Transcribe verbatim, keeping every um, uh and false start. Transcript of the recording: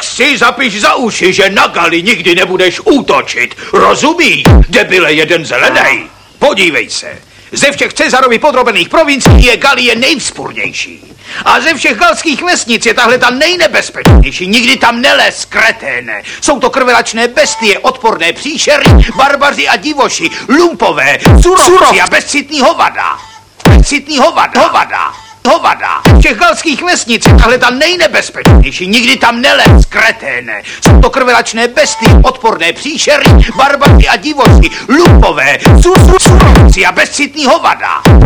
Tak si zapiš za uši, že na Gali nikdy nebudeš útočit. Rozumíš, debile jeden zelenej? Podívej se. Ze všech Cezarovi podrobených provincií je Galie nejvzpurnější. A ze všech galských vesnic je tahle ta nejnebezpečnější. Nikdy tam nelez, kreténe. Jsou to krvelačné bestie, odporné příšery, barbaři a divoši, lumpové, surovci a bezcitný hovada. Bezcitný hovada. Hovada. Hovada. V těch galských vesnic je tahle ta nejnebezpečnější. Nikdy tam nelez, kreténe. Jsou to krvelačné bestie, odporné příšery, barbaři a divoši, lumpové, surovci a bezcitný hovada.